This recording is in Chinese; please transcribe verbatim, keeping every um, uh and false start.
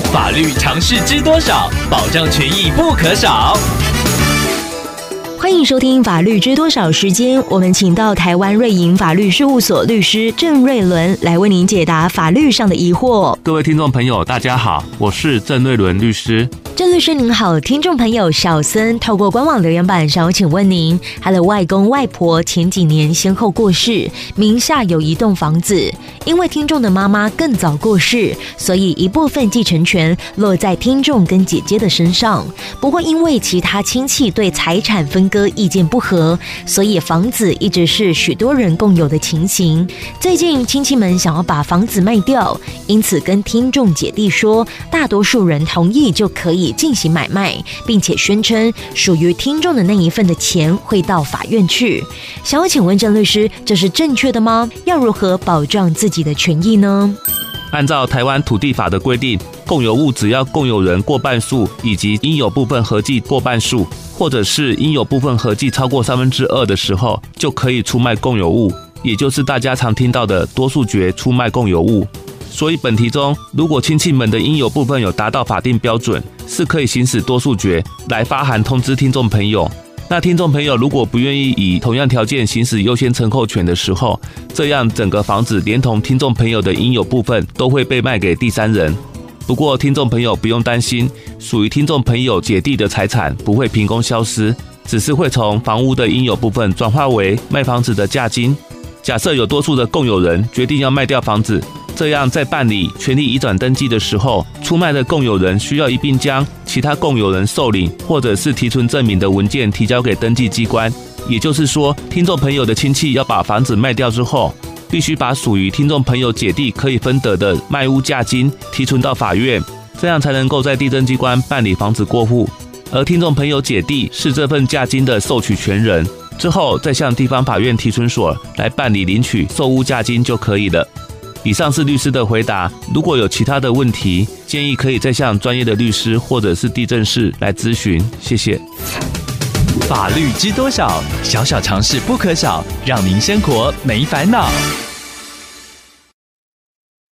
法律常识知多少？保障权益不可少。 欢迎收听法律知多少时间，我们请到台湾瑞银法律事务所律师郑瑞伦来为您解答法律上的疑惑。 各位听众朋友大家好，我是郑瑞伦律师。 郑律师您好，听众朋友小森透过官网留言板想要请问您，他的外公外婆前几年先后过世，名下有一栋房子，因为听众的妈妈更早过世，所以一部分继承权落在听众跟姐姐的身上。不过因为其他亲戚对财产分割意见不合，所以房子一直是许多人共有的情形。最近亲戚们想要把房子卖掉，因此跟听众姐弟说，大多数人同意就可以进行买卖，并且宣称属于听众的那一份的钱会到法院去。想要请问郑律师，这是正确的吗？要如何保障自己的权益呢？ 按照台湾土地法的规定，共有物只要共有人过半数以及应有部分合计过半数，或者是应有部分合计超过三分之二的时候，就可以出卖共有物，也就是大家常听到的多数决出卖共有物。所以本题中，如果亲戚们的应有部分有达到法定标准，是可以行使多数决来发函通知听众朋友。那听众朋友如果不愿意以同样条件行使优先承扣权的时候，这样整个房子连同听众朋友的应有部分都会被卖给第三人。不过听众朋友不用担心，属于听众朋友姐弟的财产不会凭空消失，只是会从房屋的应有部分转化为卖房子的价金。假设有多数的共有人决定要卖掉房子，这样在办理权利移转登记的时候，出卖的共有人需要一并将其他共有人受领或者是提存证明的文件提交给登记机关。也就是说，听众朋友的亲戚要把房子卖掉之后，必须把属于听众朋友姐弟可以分得的卖屋价金提存到法院，这样才能够在地政机关办理房子过户。而听众朋友姐弟是这份价金的受取权人，之后再向地方法院提存所来办理领取受屋价金就可以了。以上是律师的回答，如果有其他的问题，建议可以再向专业的律师或者是地政士来咨询。谢谢。 法律知多少？小小常识不可少，让您生活没烦恼。